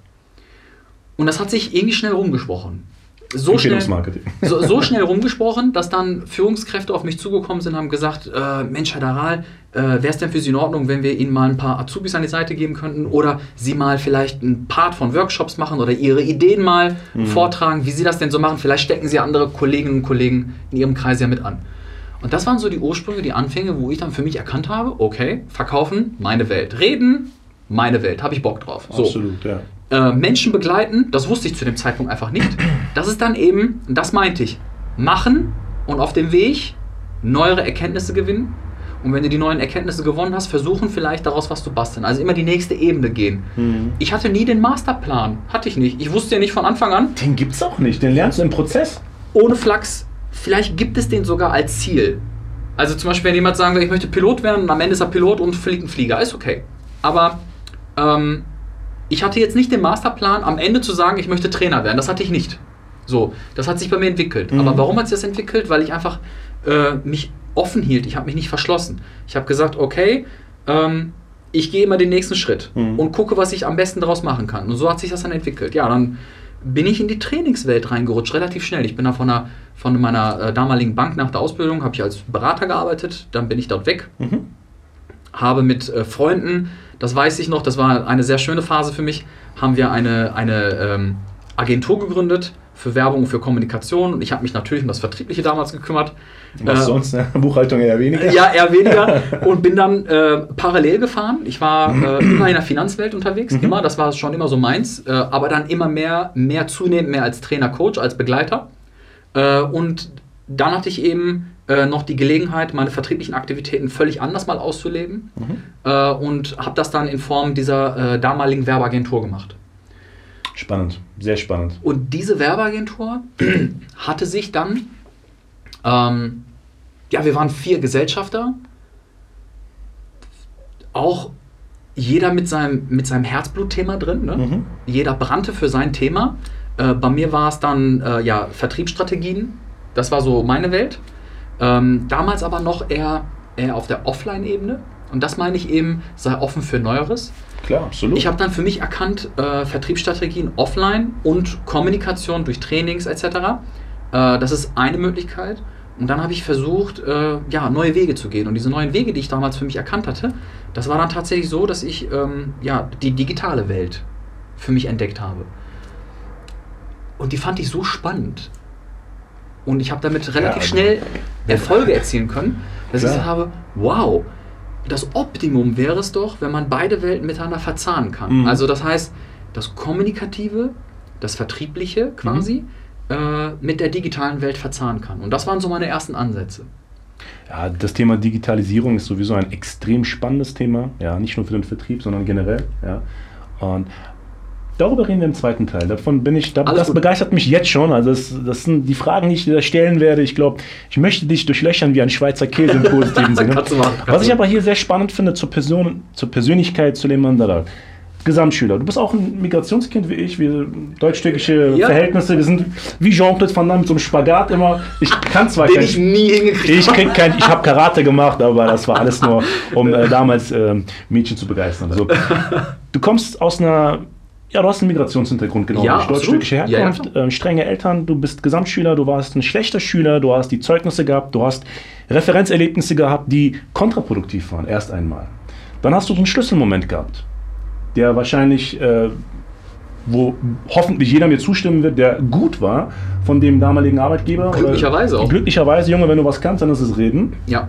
Und das hat sich irgendwie schnell rumgesprochen. So schnell, so, so schnell rumgesprochen, dass dann Führungskräfte auf mich zugekommen sind und haben gesagt, äh, Mensch, Herr Daral, äh, wäre es denn für Sie in Ordnung, wenn wir Ihnen mal ein paar Azubis an die Seite geben könnten oder Sie mal vielleicht einen Part von Workshops machen oder Ihre Ideen mal mhm. vortragen, wie Sie das denn so machen. Vielleicht stecken Sie andere Kolleginnen und Kollegen in Ihrem Kreis ja mit an. Und das waren so die Ursprünge, die Anfänge, wo ich dann für mich erkannt habe, okay, verkaufen, meine Welt. Reden, meine Welt, habe ich Bock drauf. So. Absolut, ja. Äh, Menschen begleiten, das wusste ich zu dem Zeitpunkt einfach nicht. Das ist dann eben, das meinte ich, machen und auf dem Weg neuere Erkenntnisse gewinnen. Und wenn du die neuen Erkenntnisse gewonnen hast, versuchen vielleicht daraus was zu basteln. Also immer die nächste Ebene gehen. Mhm. Ich hatte nie den Masterplan, hatte ich nicht. Ich wusste ja nicht von Anfang an. Den gibt's auch nicht, den lernst du im Prozess. Ohne Flachs, vielleicht gibt es den sogar als Ziel. Also zum Beispiel, wenn jemand sagen will, ich möchte Pilot werden und am Ende ist er Pilot und fliegt ein Flieger, ist okay. Aber ähm, ich hatte jetzt nicht den Masterplan, am Ende zu sagen, ich möchte Trainer werden. Das hatte ich nicht. So, das hat sich bei mir entwickelt. Mhm. Aber warum hat sich das entwickelt? Weil ich einfach äh, mich offen hielt. Ich habe mich nicht verschlossen. Ich habe gesagt, okay, ähm, ich gehe immer den nächsten Schritt mhm. und gucke, was ich am besten daraus machen kann. Und so hat sich das dann entwickelt. Ja, dann bin ich in die Trainingswelt reingerutscht, relativ schnell. Ich bin da von, einer, von meiner äh, damaligen Bank nach der Ausbildung, habe ich als Berater gearbeitet, dann bin ich dort weg. Mhm. Habe mit äh, Freunden, das weiß ich noch, das war eine sehr schöne Phase für mich, haben wir eine, eine ähm, Agentur gegründet für Werbung, für Kommunikation und ich habe mich natürlich um das Vertriebliche damals gekümmert. Was äh, sonst, ne? Buchhaltung eher weniger? Ja, eher weniger und bin dann äh, parallel gefahren. Ich war äh, immer in der Finanzwelt unterwegs, mhm. immer, das war schon immer so meins, äh, aber dann immer mehr, mehr zunehmend mehr als Trainer, Coach, als Begleiter äh, und dann hatte ich eben äh, noch die Gelegenheit, meine vertrieblichen Aktivitäten völlig anders mal auszuleben mhm. äh, und habe das dann in Form dieser äh, damaligen Werbeagentur gemacht. Spannend, sehr spannend. Und diese Werbeagentur hatte sich dann, ähm, ja, wir waren vier Gesellschafter, auch jeder mit seinem, mit seinem Herzblutthema drin. Ne? Mhm. Jeder brannte für sein Thema. Äh, bei mir war es dann äh, ja, Vertriebsstrategien. Das war so meine Welt. Ähm, damals aber noch eher, eher auf der Offline-Ebene. Und das meine ich eben, sei offen für Neueres. Klar, absolut. Ich habe dann für mich erkannt, äh, Vertriebsstrategien offline und Kommunikation durch Trainings et cetera. Äh, das ist eine Möglichkeit. Und dann habe ich versucht, äh, ja, neue Wege zu gehen. Und diese neuen Wege, die ich damals für mich erkannt hatte, das war dann tatsächlich so, dass ich ähm, ja, die digitale Welt für mich entdeckt habe. Und die fand ich so spannend. Und ich habe damit relativ ja, schnell Erfolge erzielen können, dass klar. ich gesagt habe, wow, das Optimum wäre es doch, wenn man beide Welten miteinander verzahnen kann. Mhm. Also das heißt, das Kommunikative, das Vertriebliche quasi, mhm. äh, mit der digitalen Welt verzahnen kann. Und das waren so meine ersten Ansätze. Ja, das Thema Digitalisierung ist sowieso ein extrem spannendes Thema, ja, nicht nur für den Vertrieb, sondern generell. Ja. Und darüber reden wir im zweiten Teil. Davon bin ich, das gut. begeistert mich jetzt schon. Also das, das sind die Fragen, die ich dir stellen werde. Ich glaube, ich möchte dich durchlöchern wie ein Schweizer Käse im positiven Sinne. Kannst du machen, kannst Was ich aber hier sehr spannend finde zur Person, zur Persönlichkeit Suleiman Daral. Gesamtschüler. Du bist auch ein Migrationskind wie ich, wir deutsch-türkische ja. Verhältnisse. Wir sind wie Jean-Claude Van Damme mit so einem Spagat immer. Ich kann zwar Den kein, ich nie hingekriegt Ich krieg kein, ich habe Karate gemacht, aber das war alles nur, um äh, damals äh, Mädchen zu begeistern. So. Du kommst aus einer, ja, du hast einen Migrationshintergrund, genau. Ja, deutsch-türkische Herkunft, ja, ja. Äh, strenge Eltern, du bist Gesamtschüler, du warst ein schlechter Schüler, du hast die Zeugnisse gehabt, du hast Referenzerlebnisse gehabt, die kontraproduktiv waren, erst einmal. Dann hast du so einen Schlüsselmoment gehabt, der wahrscheinlich, äh, wo hoffentlich jeder mir zustimmen wird, der gut war von dem damaligen Arbeitgeber. Glücklicherweise oder, auch. Glücklicherweise, Junge, wenn du was kannst, dann ist es Reden. Ja.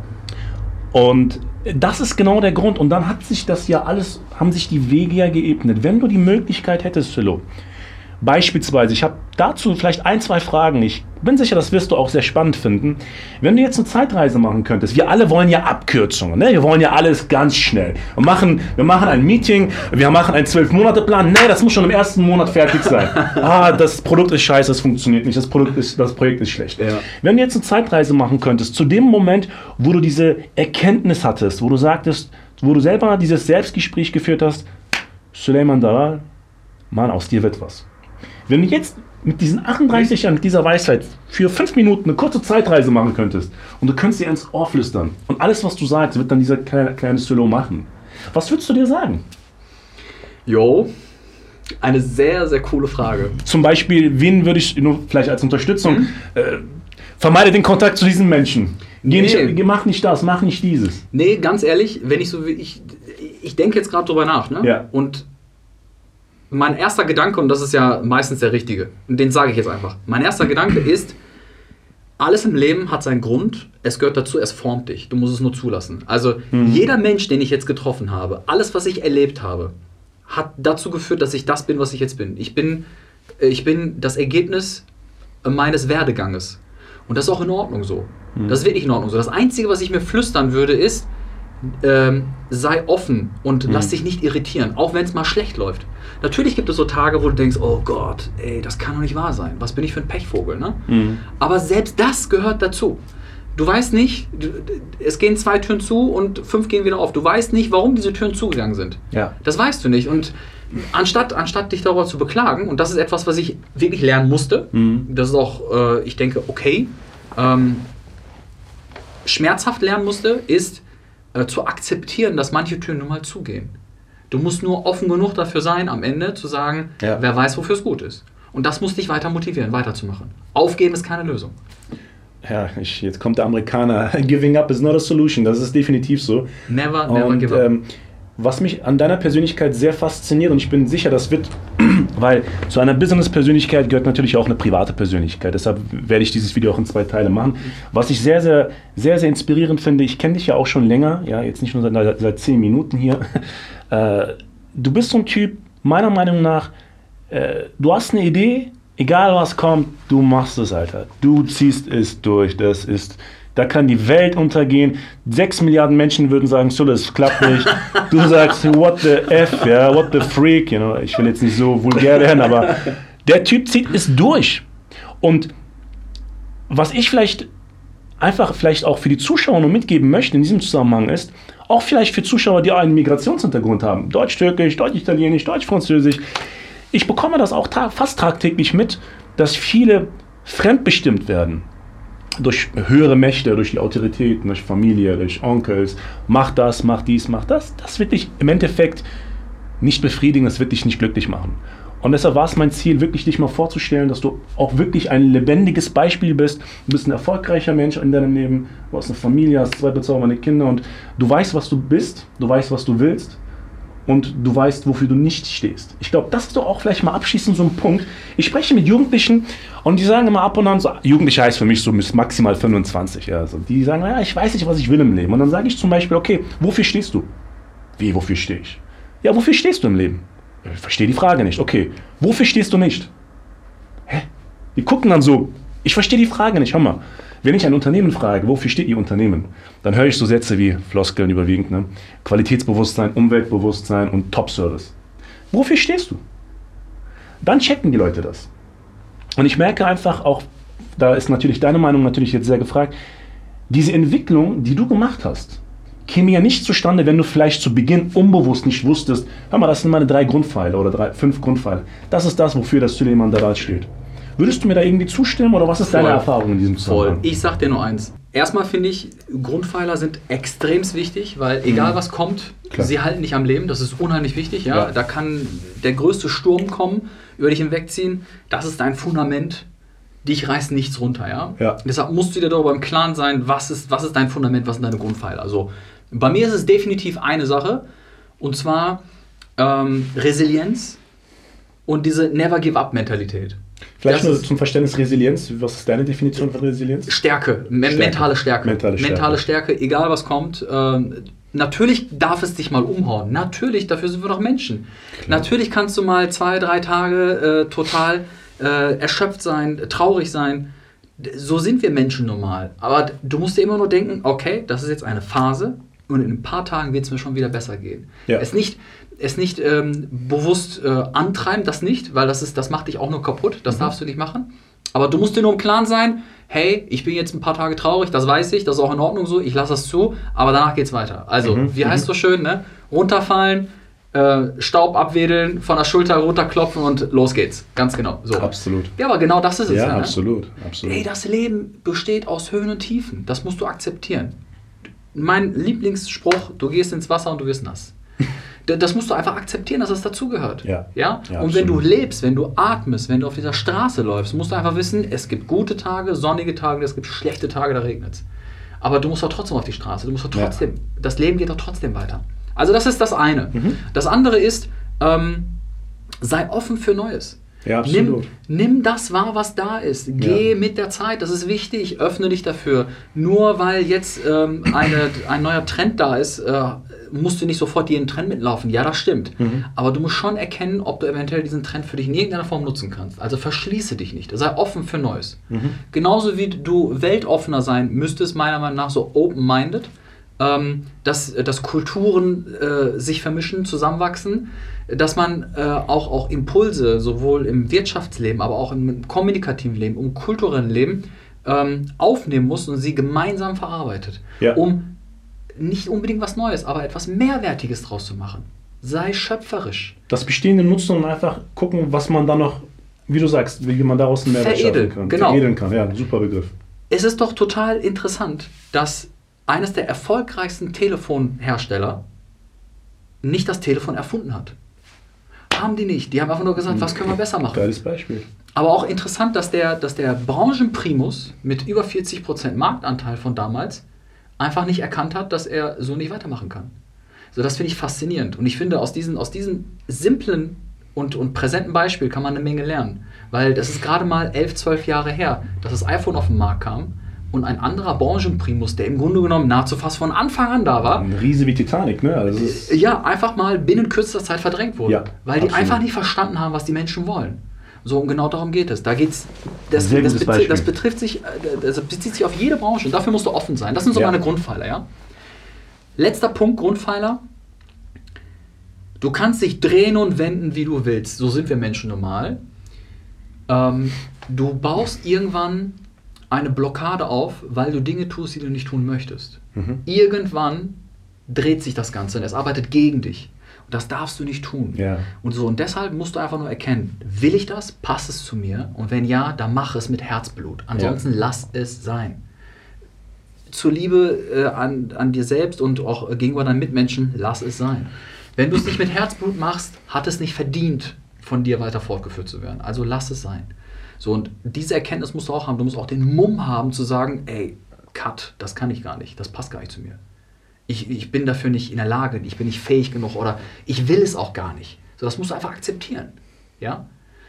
Und das ist genau der Grund. Und dann hat sich das ja alles, haben sich die Wege ja geebnet. Wenn du die Möglichkeit hättest, Philo, beispielsweise, ich habe dazu vielleicht ein, zwei Fragen. Ich bin sicher, das wirst du auch sehr spannend finden. Wenn du jetzt eine Zeitreise machen könntest, wir alle wollen ja Abkürzungen, ne? Wir wollen ja alles ganz schnell. Wir machen, wir machen ein Meeting, wir machen einen zwölf-Monate-Plan. Nee, das muss schon im ersten Monat fertig sein. Ah, das Produkt ist scheiße, das funktioniert nicht, das, Produkt ist, das Projekt ist schlecht. Ja. Wenn du jetzt eine Zeitreise machen könntest, zu dem Moment, wo du diese Erkenntnis hattest, wo du sagtest, wo du selber dieses Selbstgespräch geführt hast, Suleiman Daral, Mann, aus dir wird was. Wenn du jetzt mit diesen achtunddreißig Jahren, mit dieser Weisheit für fünf Minuten eine kurze Zeitreise machen könntest und du könntest dir ins Ohr flüstern und alles, was du sagst, wird dann dieser kleine, kleine Solo machen. Was würdest du dir sagen? Jo, eine sehr, sehr coole Frage. Zum Beispiel, wen würde ich, nur vielleicht als Unterstützung, mhm. äh, vermeide den Kontakt zu diesen Menschen. Geh nee. nicht, mach nicht das, mach nicht dieses. Nee, ganz ehrlich, wenn ich so, ich, ich denke jetzt gerade drüber nach, ne? Ja. Und mein erster Gedanke, und das ist ja meistens der richtige, und den sage ich jetzt einfach. Mein erster Gedanke ist, alles im Leben hat seinen Grund, es gehört dazu, es formt dich. Du musst es nur zulassen. Also mhm. jeder Mensch, den ich jetzt getroffen habe, alles, was ich erlebt habe, hat dazu geführt, dass ich das bin, was ich jetzt bin. Ich bin, ich bin das Ergebnis meines Werdeganges. Und das ist auch in Ordnung so. Mhm. Das ist wirklich in Ordnung so. Das Einzige, was ich mir flüstern würde, ist, ähm, sei offen und mhm. lass dich nicht irritieren, auch wenn es mal schlecht läuft. Natürlich gibt es so Tage, wo du denkst, oh Gott, ey, das kann doch nicht wahr sein. Was bin ich für ein Pechvogel, ne? Mhm. Aber selbst das gehört dazu. Du weißt nicht, du, es gehen zwei Türen zu und fünf gehen wieder auf. Du weißt nicht, warum diese Türen zugegangen sind. Ja. Das weißt du nicht. Und anstatt, anstatt dich darüber zu beklagen, und das ist etwas, was ich wirklich lernen musste, mhm. das ist auch, äh, ich denke, okay, ähm, schmerzhaft lernen musste, ist, äh, zu akzeptieren, dass manche Türen nun mal zugehen. Du musst nur offen genug dafür sein, am Ende zu sagen, ja. wer weiß, wofür es gut ist. Und das muss dich weiter motivieren, weiterzumachen. Aufgeben ist keine Lösung. Ja, ich, jetzt kommt der Amerikaner. Giving up is not a solution. Das ist definitiv so. Never, never und, give up. Ähm, was mich an deiner Persönlichkeit sehr fasziniert, und ich bin sicher, das wird, weil zu einer Business-Persönlichkeit gehört natürlich auch eine private Persönlichkeit. Deshalb werde ich dieses Video auch in zwei Teile machen. Was ich sehr, sehr, sehr, sehr inspirierend finde, ich kenne dich ja auch schon länger, ja, jetzt nicht nur seit, seit zehn Minuten hier. Äh, du bist so ein Typ, meiner Meinung nach, äh, du hast eine Idee, egal was kommt, du machst es, Alter. Du ziehst es durch. Das ist, da kann die Welt untergehen. Sechs Milliarden Menschen würden sagen, so, das klappt nicht. Du sagst, what the F, ja, what the freak, you know. Ich will jetzt nicht so vulgär werden, aber der Typ zieht es durch. Und was ich vielleicht einfach vielleicht auch für die Zuschauer nur mitgeben möchte in diesem Zusammenhang ist, auch vielleicht für Zuschauer, die einen Migrationshintergrund haben, Deutsch-Türkisch, Deutsch-Italienisch, Deutsch-Französisch, ich bekomme das auch ta- fast tagtäglich mit, dass viele fremdbestimmt werden. Durch höhere Mächte, durch die Autoritäten, durch Familie, durch Onkels. Mach das, mach dies, mach das. Das wird dich im Endeffekt nicht befriedigen, das wird dich nicht glücklich machen. Und deshalb war es mein Ziel, wirklich dich mal vorzustellen, dass du auch wirklich ein lebendiges Beispiel bist. Du bist ein erfolgreicher Mensch in deinem Leben, du hast eine Familie, hast zwei bezaubernde Kinder und du weißt, was du bist, du weißt, was du willst und du weißt, wofür du nicht stehst. Ich glaube, das ist doch auch vielleicht mal abschließend so ein Punkt. Ich spreche mit Jugendlichen und die sagen immer ab und an, so, Jugendliche heißt für mich so bis maximal fünfundzwanzig. Ja, also die sagen, ja, ich weiß nicht, was ich will im Leben. Und dann sage ich zum Beispiel, okay, wofür stehst du? Wie, wofür stehe ich? Ja, wofür stehst du im Leben? Ich verstehe die Frage nicht. Okay, wofür stehst du nicht? Hä? Die gucken dann so, ich verstehe die Frage nicht. Hör mal, wenn ich ein Unternehmen frage, wofür steht Ihr Unternehmen? Dann höre ich so Sätze wie Floskeln überwiegend, ne? Qualitätsbewusstsein, Umweltbewusstsein und Top-Service. Wofür stehst du? Dann checken die Leute das. Und ich merke einfach auch, da ist natürlich deine Meinung natürlich jetzt sehr gefragt, diese Entwicklung, die du gemacht hast, käme ja nicht zustande, wenn du vielleicht zu Beginn unbewusst nicht wusstest, hör mal, das sind meine drei Grundpfeiler oder drei, fünf Grundpfeiler. Das ist das, wofür das Süleyman Daral steht. Würdest du mir da irgendwie zustimmen oder was ist Voll. deine Erfahrung in diesem Zusammenhang? Voll. Ich sag dir nur eins. Erstmal finde ich, Grundpfeiler sind extrem wichtig, weil egal Mhm. was kommt, Klar. sie halten dich am Leben. Das ist unheimlich wichtig. Ja? Ja. Da kann der größte Sturm kommen, über dich hinwegziehen. Das ist dein Fundament. Dich reißt nichts runter. Ja? Ja. Deshalb musst du dir darüber im Klaren sein, was ist, was ist dein Fundament, was sind deine Grundpfeiler. Also bei mir ist es definitiv eine Sache, und zwar ähm, Resilienz und diese Never-Give-Up-Mentalität. Vielleicht Das nur ist zum Verständnis Resilienz. Was ist deine Definition von Resilienz? Stärke, me- Stärke. mentale Stärke. Mentale Stärke. Mentale Stärke, egal was kommt. Ähm, natürlich darf es dich mal umhauen. Natürlich, dafür sind wir doch Menschen. Klar. Natürlich kannst du mal zwei, drei Tage äh, total äh, erschöpft sein, traurig sein. So sind wir Menschen normal. Aber du musst dir immer nur denken, okay, das ist jetzt eine Phase und in ein paar Tagen wird es mir schon wieder besser gehen. Ja. Es nicht, es nicht ähm, bewusst äh, antreiben, das nicht, weil das, ist, das macht dich auch nur kaputt. Das Mhm. darfst du nicht machen. Aber du musst dir nur im Klaren sein, hey, ich bin jetzt ein paar Tage traurig, das weiß ich, das ist auch in Ordnung so, ich lasse das zu, aber danach geht's weiter. Also, Mhm. wie heißt so schön, ne? Runterfallen, äh, Staub abwedeln, von der Schulter runterklopfen und los geht's. Ganz genau. So. Absolut. Ja, aber genau das ist es Ja, ja. Ne? absolut. absolut. Ey, das Leben besteht aus Höhen und Tiefen. Das musst du akzeptieren. Mein Lieblingsspruch, du gehst ins Wasser und du wirst nass. D- Das musst du einfach akzeptieren, dass das dazugehört. Ja. Ja? Ja, Und wenn du absolut. lebst, wenn du atmest, wenn du auf dieser Straße läufst, musst du einfach wissen, es gibt gute Tage, sonnige Tage, es gibt schlechte Tage, da regnet es. Aber du musst doch trotzdem auf die Straße, du musst doch Ja. trotzdem, das Leben geht doch trotzdem weiter. Also das ist das eine. Mhm. Das andere ist, ähm, sei offen für Neues. Ja, Nimm, absolut. nimm das wahr, was da ist. Geh Ja. mit der Zeit, das ist wichtig. Öffne dich dafür. Nur weil jetzt ähm, eine, ein neuer Trend da ist, äh, musst du nicht sofort jeden Trend mitlaufen. Ja, das stimmt. Mhm. Aber du musst schon erkennen, ob du eventuell diesen Trend für dich in irgendeiner Form nutzen kannst. Also verschließe dich nicht. Sei offen für Neues. Mhm. Genauso wie du weltoffener sein müsstest, meiner Meinung nach so open-minded, ähm, dass, dass Kulturen äh, sich vermischen, zusammenwachsen, dass man äh, auch, auch Impulse sowohl im Wirtschaftsleben, aber auch im kommunikativen Leben, im kulturellen Leben ähm, aufnehmen muss und sie gemeinsam verarbeitet, Ja. um nicht unbedingt was Neues, aber etwas Mehrwertiges draus zu machen. Sei schöpferisch. Das Bestehende nutzen und einfach gucken, was man dann noch, wie du sagst, wie man daraus einen Mehrwert Veredeln, schaffen kann. genau. Veredeln kann, ja, super Begriff. Es ist doch total interessant, dass eines der erfolgreichsten Telefonhersteller nicht das Telefon erfunden hat. Haben die nicht. Die haben einfach nur gesagt, was können wir besser machen. Geiles Beispiel. Aber auch interessant, dass der, dass der Branchenprimus mit über vierzig Prozent Marktanteil von damals einfach nicht erkannt hat, dass er so nicht weitermachen kann. So, das finde ich faszinierend. Und ich finde, aus diesen, aus diesem simplen und, und präsenten Beispiel kann man eine Menge lernen. Weil das ist gerade mal elf, zwölf Jahre her, dass das iPhone auf den Markt kam und ein anderer Branchenprimus, der im Grunde genommen nahezu fast von Anfang an da war, Ein Riese wie Titanic, ne? Also das ist, ja, einfach mal binnen kürzester Zeit verdrängt wurde. Ja, weil die absolut. einfach nicht verstanden haben, was die Menschen wollen. So, und genau darum geht es. Da geht's, das, Sehr das, gutes betri- Beispiel. das betrifft sich, das bezieht sich auf jede Branche. Und dafür musst du offen sein. Das sind so Ja. meine Grundpfeiler, ja. Letzter Punkt, Grundpfeiler. Du kannst dich drehen und wenden, wie du willst. So sind wir Menschen normal. Ähm, du baust irgendwann eine Blockade auf, weil du Dinge tust, die du nicht tun möchtest. Mhm. Irgendwann dreht sich das Ganze und es arbeitet gegen dich. Und das darfst du nicht tun. Ja. Und so, und deshalb musst du einfach nur erkennen, will ich das? Passt es zu mir? Und wenn ja, dann mach es mit Herzblut. Ansonsten Ja. lass es sein. Zur Liebe äh, an, an dir selbst und auch äh, gegenüber deinen Mitmenschen, lass es sein. Wenn du es nicht mit Herzblut machst, hat es nicht verdient, von dir weiter fortgeführt zu werden. Also lass es sein. So, und diese Erkenntnis musst du auch haben. Du musst auch den Mumm haben zu sagen, ey, cut, das kann ich gar nicht, das passt gar nicht zu mir. Ich, ich bin dafür nicht in der Lage, ich bin nicht fähig genug oder ich will es auch gar nicht. So, das musst du einfach akzeptieren. Ja?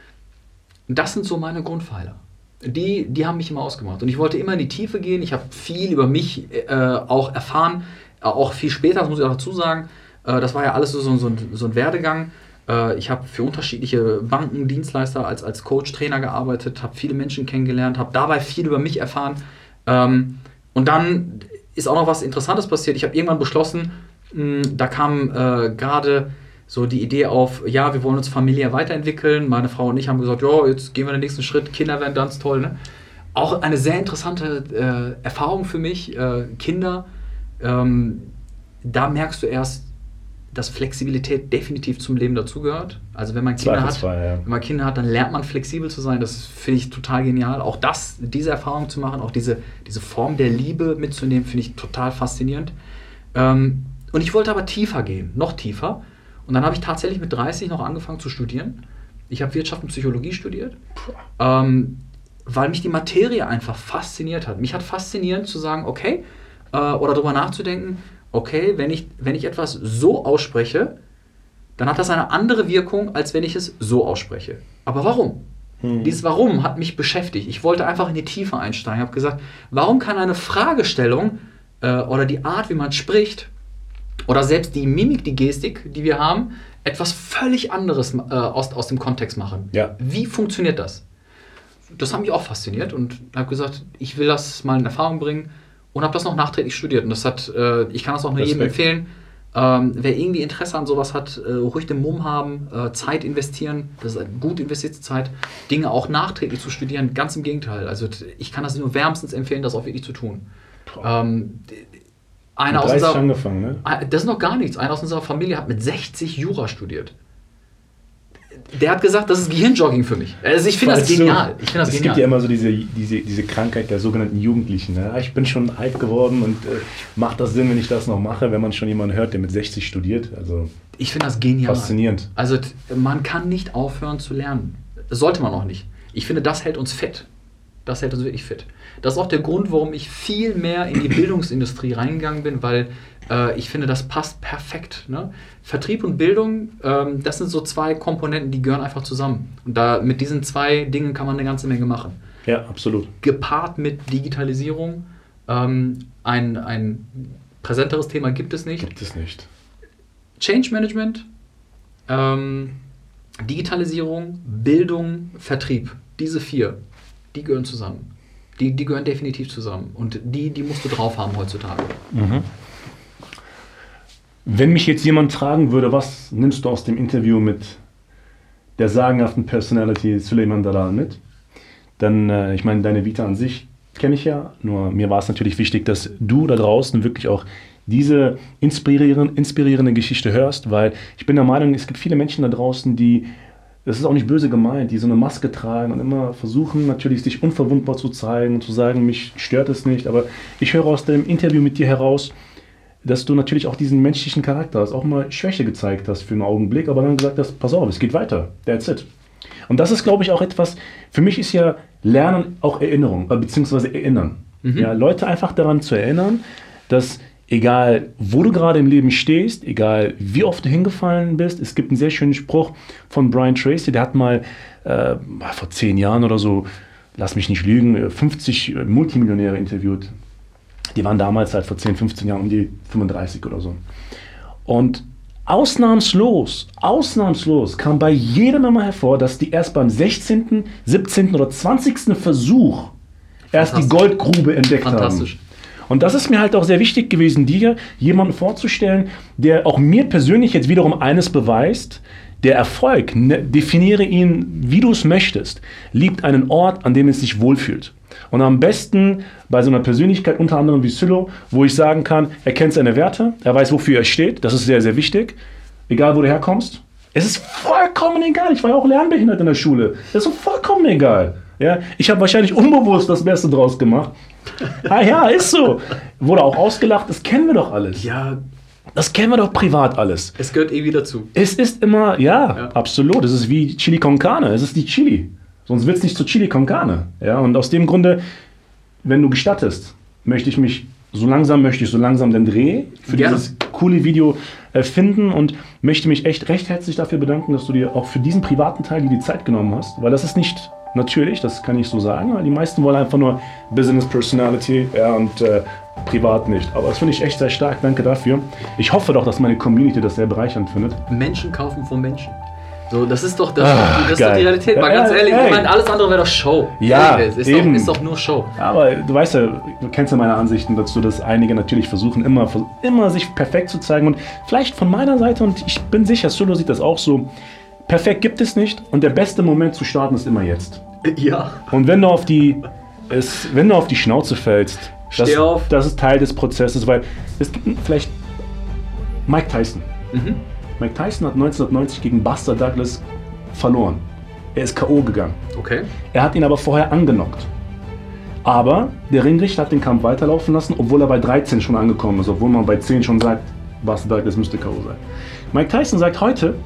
Und das sind so meine Grundpfeiler. Die, die haben mich immer ausgemacht. Und ich wollte immer in die Tiefe gehen. Ich habe viel über mich äh, auch erfahren, äh, auch viel später, das muss ich auch dazu sagen. Äh, das war ja alles so, so, so, ein, so ein Werdegang. Äh, ich habe für unterschiedliche Banken, Dienstleister als, als Coach, Trainer gearbeitet, habe viele Menschen kennengelernt, habe dabei viel über mich erfahren. Ähm, und dann ist auch noch was Interessantes passiert. Ich habe irgendwann beschlossen, mh, da kam äh, gerade so die Idee auf, ja, wir wollen uns familiär weiterentwickeln. Meine Frau und ich haben gesagt, ja, jetzt gehen wir den nächsten Schritt, Kinder werden ganz toll. Ne? Auch eine sehr interessante äh, Erfahrung für mich, äh, Kinder. Ähm, da merkst du erst, dass Flexibilität definitiv zum Leben dazugehört. Also wenn man Kinder hat, Ja. wenn man Kinder hat, dann lernt man flexibel zu sein. Das finde ich total genial. Auch das, diese Erfahrung zu machen, auch diese, diese Form der Liebe mitzunehmen, finde ich total faszinierend. Ähm, und ich wollte aber tiefer gehen, noch tiefer. Und dann habe ich tatsächlich mit dreißig noch angefangen zu studieren. Ich habe Wirtschaft und Psychologie studiert, ähm, weil mich die Materie einfach fasziniert hat. Mich hat faszinierend zu sagen, okay, äh, oder darüber nachzudenken, okay, wenn ich, wenn ich etwas so ausspreche, dann hat das eine andere Wirkung, als wenn ich es so ausspreche. Aber warum? Hm. Dieses Warum hat mich beschäftigt. Ich wollte einfach in die Tiefe einsteigen. Ich habe gesagt, warum kann eine Fragestellung äh, oder die Art, wie man spricht, oder selbst die Mimik, die Gestik, die wir haben, etwas völlig anderes äh, aus, aus dem Kontext machen. Ja. Wie funktioniert das? Das hat mich auch fasziniert und habe gesagt, ich will das mal in Erfahrung bringen und habe das noch nachträglich studiert. Und das hat, äh, ich kann das auch nur jedem empfehlen. Ähm, wer irgendwie Interesse an sowas hat, äh, ruhig den Mumm haben, äh, Zeit investieren, das ist eine gut investierte Zeit, Dinge auch nachträglich zu studieren, ganz im Gegenteil. Also ich kann das nur wärmstens empfehlen, das auch wirklich zu tun. Ähm, Einer aus unserer, angefangen, ne? Das ist noch gar nichts. Einer aus unserer Familie hat mit sechzig Jura studiert. Der hat gesagt, das ist Gehirnjogging für mich. Also ich finde das genial. Ich find das es genial. gibt ja immer so diese, diese, diese Krankheit der sogenannten Jugendlichen. Ne? Ich bin schon alt geworden und äh, macht das Sinn, wenn ich das noch mache, wenn man schon jemanden hört, der mit sechzig studiert? Also ich finde das genial. Faszinierend. Also man kann nicht aufhören zu lernen. Das sollte man auch nicht. Ich finde, das hält uns fit. Das hält uns wirklich fit. Das ist auch der Grund, warum ich viel mehr in die Bildungsindustrie reingegangen bin, weil äh, ich finde, das passt perfekt. Ne? Vertrieb und Bildung, ähm, das sind so zwei Komponenten, die gehören einfach zusammen. Und da mit diesen zwei Dingen kann man eine ganze Menge machen. Ja, absolut. Gepaart mit Digitalisierung. Ähm, ein, ein präsenteres Thema gibt es nicht. Gibt es nicht. Change Management, ähm, Digitalisierung, Bildung, Vertrieb. Diese vier, die gehören zusammen. Die, die gehören definitiv zusammen. Und die, die musst du drauf haben heutzutage. Mhm. Wenn mich jetzt jemand fragen würde, was nimmst du aus dem Interview mit der sagenhaften Personality Süleyman Dalal mit, dann, äh, ich meine, deine Vita an sich kenne ich ja, nur mir war es natürlich wichtig, dass du da draußen wirklich auch diese inspirierende, inspirierende Geschichte hörst, weil ich bin der Meinung, es gibt viele Menschen da draußen, die, das ist auch nicht böse gemeint, die so eine Maske tragen und immer versuchen natürlich sich unverwundbar zu zeigen und zu sagen, mich stört es nicht, aber ich höre aus dem Interview mit dir heraus, dass du natürlich auch diesen menschlichen Charakter hast, auch mal Schwäche gezeigt hast für einen Augenblick, aber dann gesagt hast, pass auf, es geht weiter, that's it. Und das ist, glaube ich, auch etwas, für mich ist ja Lernen auch Erinnerung, beziehungsweise Erinnern. Mhm. Ja, Leute einfach daran zu erinnern, dass egal, wo du gerade im Leben stehst, egal, wie oft du hingefallen bist, es gibt einen sehr schönen Spruch von Brian Tracy, der hat mal äh, vor zehn Jahren oder so, lass mich nicht lügen, fünfzig Multimillionäre interviewt. Die waren damals halt vor zehn, fünfzehn Jahren um die fünfunddreißig oder so. Und ausnahmslos, ausnahmslos kam bei jedem immer hervor, dass die erst beim sechzehnten, siebzehnten oder zwanzigsten Versuch erst die Goldgrube entdeckt haben. Und das ist mir halt auch sehr wichtig gewesen, dir jemanden vorzustellen, der auch mir persönlich jetzt wiederum eines beweist: Der Erfolg, ne, definiere ihn, wie du es möchtest, liebt einen Ort, an dem es sich wohlfühlt. Und am besten bei so einer Persönlichkeit, unter anderem wie Sylo, wo ich sagen kann, er kennt seine Werte, er weiß, wofür er steht, das ist sehr, sehr wichtig, egal wo du herkommst. Es ist vollkommen egal, ich war ja auch lernbehindert in der Schule, das ist vollkommen egal. Ja, ich habe wahrscheinlich unbewusst das Beste draus gemacht. Ah ja, ist so. Wurde auch ausgelacht, das kennen wir doch alles. Ja, das kennen wir doch privat alles. es gehört eh wieder dazu. Es ist immer, ja, Ja. absolut. Es ist wie Chili con Carne. Es ist die Chili. Sonst wird es nicht zu Chili con Carne. Ja, und aus dem Grunde, wenn du gestattest, möchte ich mich, so langsam möchte ich so langsam den Dreh für Gerne. dieses coole Video äh, finden und möchte mich echt recht herzlich dafür bedanken, dass du dir auch für diesen privaten Teil dir die Zeit genommen hast. Weil das ist nicht natürlich, das kann ich so sagen, weil die meisten wollen einfach nur Business Personality, ja, und äh, privat nicht. Aber das finde ich echt sehr stark. Danke dafür. Ich hoffe doch, dass meine Community das sehr bereichernd findet. Menschen kaufen von Menschen. So, das ist doch, das, Ah, das ist doch geil. die Realität. Mal Ja, ganz ehrlich, ey. ich meine, alles andere wäre doch Show. Ja, es ist, eben. doch, ist doch nur Show. Aber du weißt ja, du kennst ja meine Ansichten dazu, dass einige natürlich versuchen, immer, immer sich perfekt zu zeigen. Und vielleicht von meiner Seite, und ich bin sicher, Sylo sieht das auch so, perfekt gibt es nicht. Und der beste Moment zu starten ist immer jetzt. Ja. Und wenn du auf die, es, wenn du auf die Schnauze fällst, das, Steh auf. das ist Teil des Prozesses, weil es gibt vielleicht Mike Tyson. Mhm. Mike Tyson hat neunzehnhundertneunzig gegen Buster Douglas verloren. Er ist K O gegangen. Okay. Er hat ihn aber vorher angenockt. Aber der Ringrichter hat den Kampf weiterlaufen lassen, obwohl er bei dreizehn schon angekommen ist, obwohl man bei zehn schon sagt, Buster Douglas müsste K O sein. Mike Tyson sagt heute,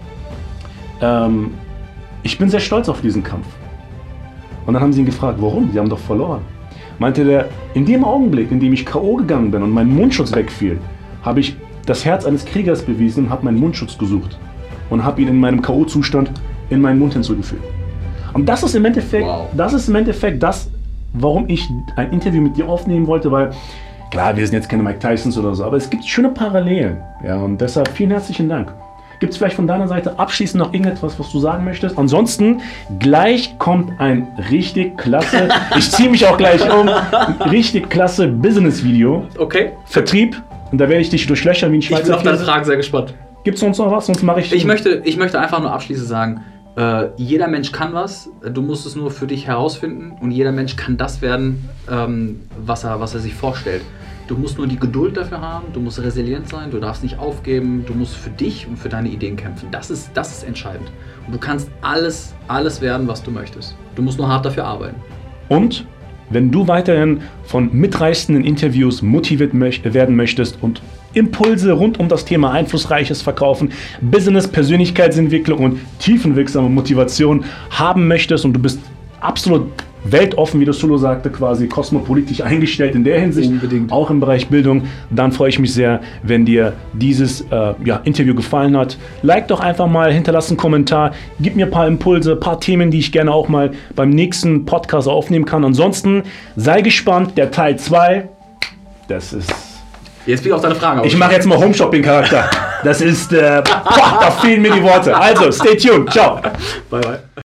ähm, ich bin sehr stolz auf diesen Kampf. Und dann haben sie ihn gefragt, warum? Sie haben doch verloren. Meinte der, in dem Augenblick, in dem ich K O gegangen bin und mein Mundschutz wegfiel, habe ich das Herz eines Kriegers bewiesen und habe meinen Mundschutz gesucht. Und habe ihn in meinem K O-Zustand in meinen Mund hinzugefügt. Und das ist im Endeffekt, Wow. das ist im Endeffekt das, warum ich ein Interview mit dir aufnehmen wollte, weil klar, wir sind jetzt keine Mike Tysons oder so, aber es gibt schöne Parallelen. Ja, und deshalb vielen herzlichen Dank. Gibt es vielleicht von deiner Seite abschließend noch irgendetwas, was du sagen möchtest? Ansonsten, gleich kommt ein richtig klasse, ich ziehe mich auch gleich um, richtig klasse Business-Video, Okay. Vertrieb. Und da werde ich dich durchlöchern wie ein Ich bin Schweizer auf deine Käse. Fragen sehr gespannt. Gibt es sonst noch was? Sonst mache ich... Ich möchte, ich möchte einfach nur abschließend sagen, äh, jeder Mensch kann was, du musst es nur für dich herausfinden und jeder Mensch kann das werden, ähm, was, er, was er sich vorstellt. Du musst nur die Geduld dafür haben, du musst resilient sein, du darfst nicht aufgeben, du musst für dich und für deine Ideen kämpfen. Das ist, das ist entscheidend. Und du kannst alles, alles werden, was du möchtest. Du musst nur hart dafür arbeiten. Und wenn du weiterhin von mitreißenden Interviews motiviert möcht- werden möchtest und Impulse rund um das Thema einflussreiches Verkaufen, Business, Persönlichkeitsentwicklung und tiefenwirksame Motivation haben möchtest und du bist absolut weltoffen, wie das Sylo sagte, quasi kosmopolitisch eingestellt in der Hinsicht, Unbedingt. auch im Bereich Bildung, dann freue ich mich sehr, wenn dir dieses äh, ja, Interview gefallen hat. Like doch einfach mal, hinterlass einen Kommentar, gib mir ein paar Impulse, ein paar Themen, die ich gerne auch mal beim nächsten Podcast aufnehmen kann. Ansonsten sei gespannt, der Teil zwei, das ist... Jetzt bin ich auf deine Fragen. Ich mache jetzt mal Home-Shopping-Charakter. Das ist... Äh, boah, da fehlen mir die Worte. Also, stay tuned. Ciao. Bye, bye.